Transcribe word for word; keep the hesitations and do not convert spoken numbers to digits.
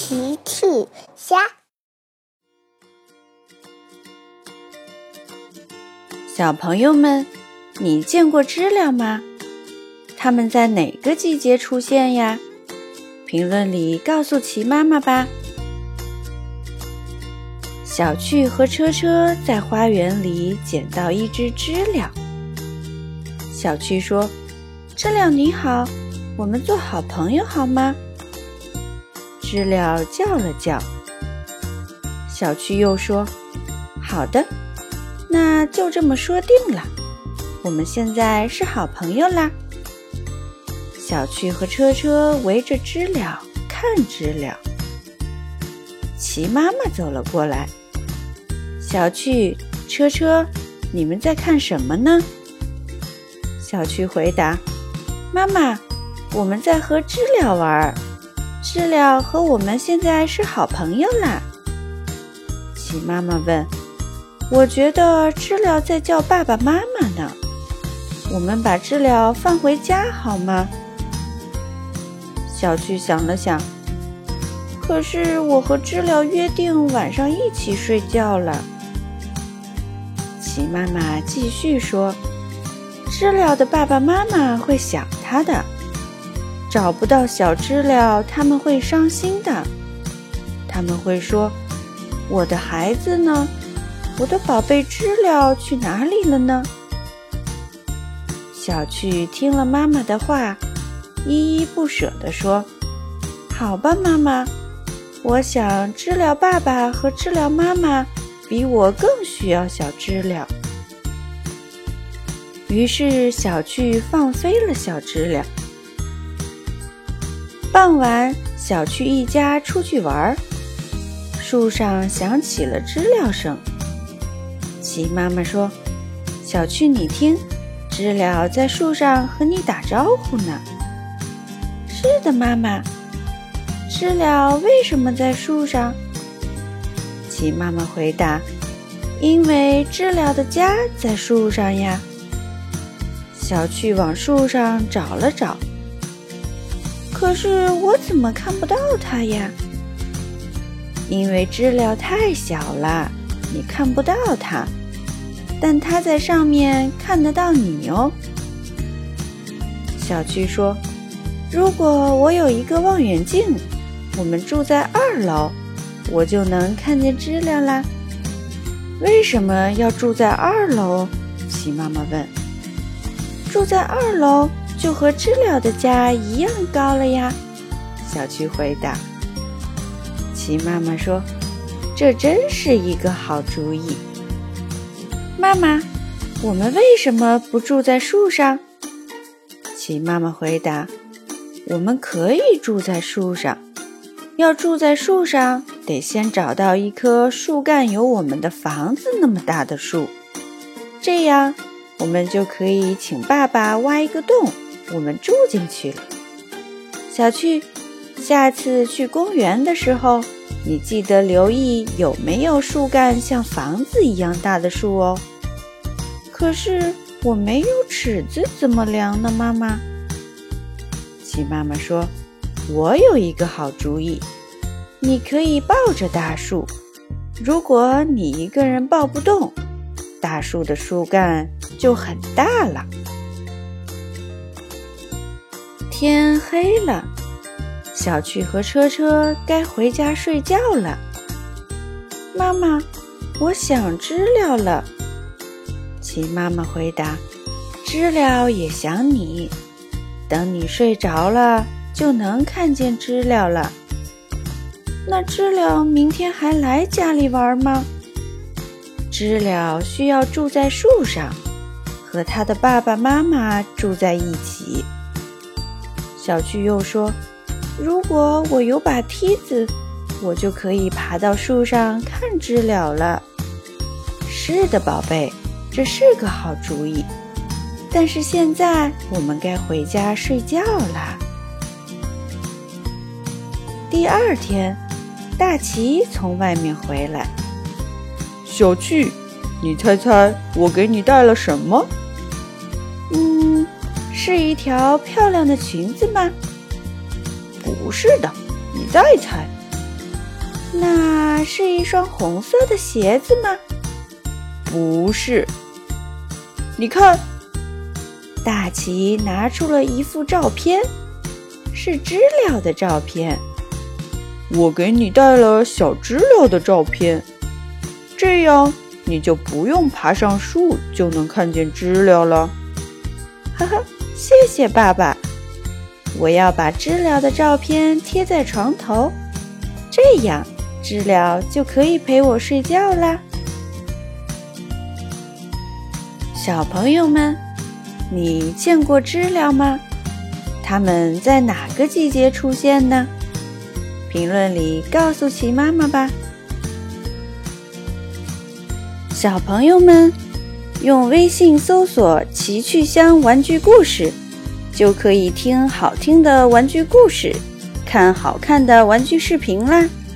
奇趣虾。 小朋友们，你见过知了吗？它们在哪个季节出现呀？评论里告诉奇妈妈吧。小趣和车车在花园里捡到一只知了。小趣说：“知了你好，我们做好朋友好吗？”知了叫了叫。小趣又说：“好的，那就这么说定了，我们现在是好朋友啦。”小趣和车车围着知了看知了。奇妈妈走了过来。小趣、车车，你们在看什么呢？小趣回答：“妈妈，我们在和知了玩，知了和我们现在是好朋友啦。”奇妈妈问：“我觉得知了在叫爸爸妈妈呢，我们把知了放回家好吗？”小趣想了想，可是我和知了约定晚上一起睡觉了。奇妈妈继续说：“知了的爸爸妈妈会想他的，找不到小知了，他们会伤心的。他们会说：我的孩子呢？我的宝贝知了去哪里了呢？”小趣听了妈妈的话，依依不舍地说：“好吧，妈妈，我想知了爸爸和知了妈妈比我更需要小知了。”于是小趣放飞了小知了。傍晚，小趣一家出去玩，树上响起了知了声。奇妈妈说：“小趣，你听，知了在树上和你打招呼呢。”“是的，妈妈。知了为什么在树上？”奇妈妈回答：“因为知了的家在树上呀。”小趣往树上找了找，可是我怎么看不到它呀？因为知了太小了，你看不到它，但它在上面看得到你哦。小趣说：“如果我有一个望远镜，我们住在二楼，我就能看见知了啦。”“为什么要住在二楼？”奇妈妈问。“住在二楼就和知了的家一样高了呀。”小趣回答。奇妈妈说：“这真是一个好主意。”“妈妈，我们为什么不住在树上？”奇妈妈回答：“我们可以住在树上，要住在树上，得先找到一棵树干有我们的房子那么大的树，这样我们就可以请爸爸挖一个洞，我们住进去了。小趣，下次去公园的时候，你记得留意有没有树干像房子一样大的树哦。”“可是我没有尺子，怎么量呢，妈妈？”奇妈妈说：“我有一个好主意，你可以抱着大树，如果你一个人抱不动，大树的树干就很大了。”天黑了，小趣和车车该回家睡觉了。“妈妈，我想知了了。”奇妈妈回答：“知了也想你，等你睡着了，就能看见知了了。”“那知了明天还来家里玩吗？”“知了需要住在树上，和他的爸爸妈妈住在一起。”小趣又说：“如果我有把梯子，我就可以爬到树上看知了了。”“是的，宝贝，这是个好主意，但是现在我们该回家睡觉啦。”第二天，大奇从外面回来。 “小趣，你猜猜我给你带了什么？”“ 嗯，是一条漂亮的裙子吗？”“不是的，你再猜。” 那是一双红色的鞋子吗？ 不是。你看， 大奇拿出了一幅照片，是知了的照片。 我给你带了小知了的照片，这样你就不用爬上树就能看见知了了。 哈哈，谢谢爸爸。我要把知了的照片贴在床头，这样知了就可以陪我睡觉啦。小朋友们，你见过知了吗？它们在哪个季节出现呢？评论里告诉奇妈妈吧。小朋友们，用微信搜索奇趣箱玩具故事，就可以听好听的玩具故事，看好看的玩具视频啦。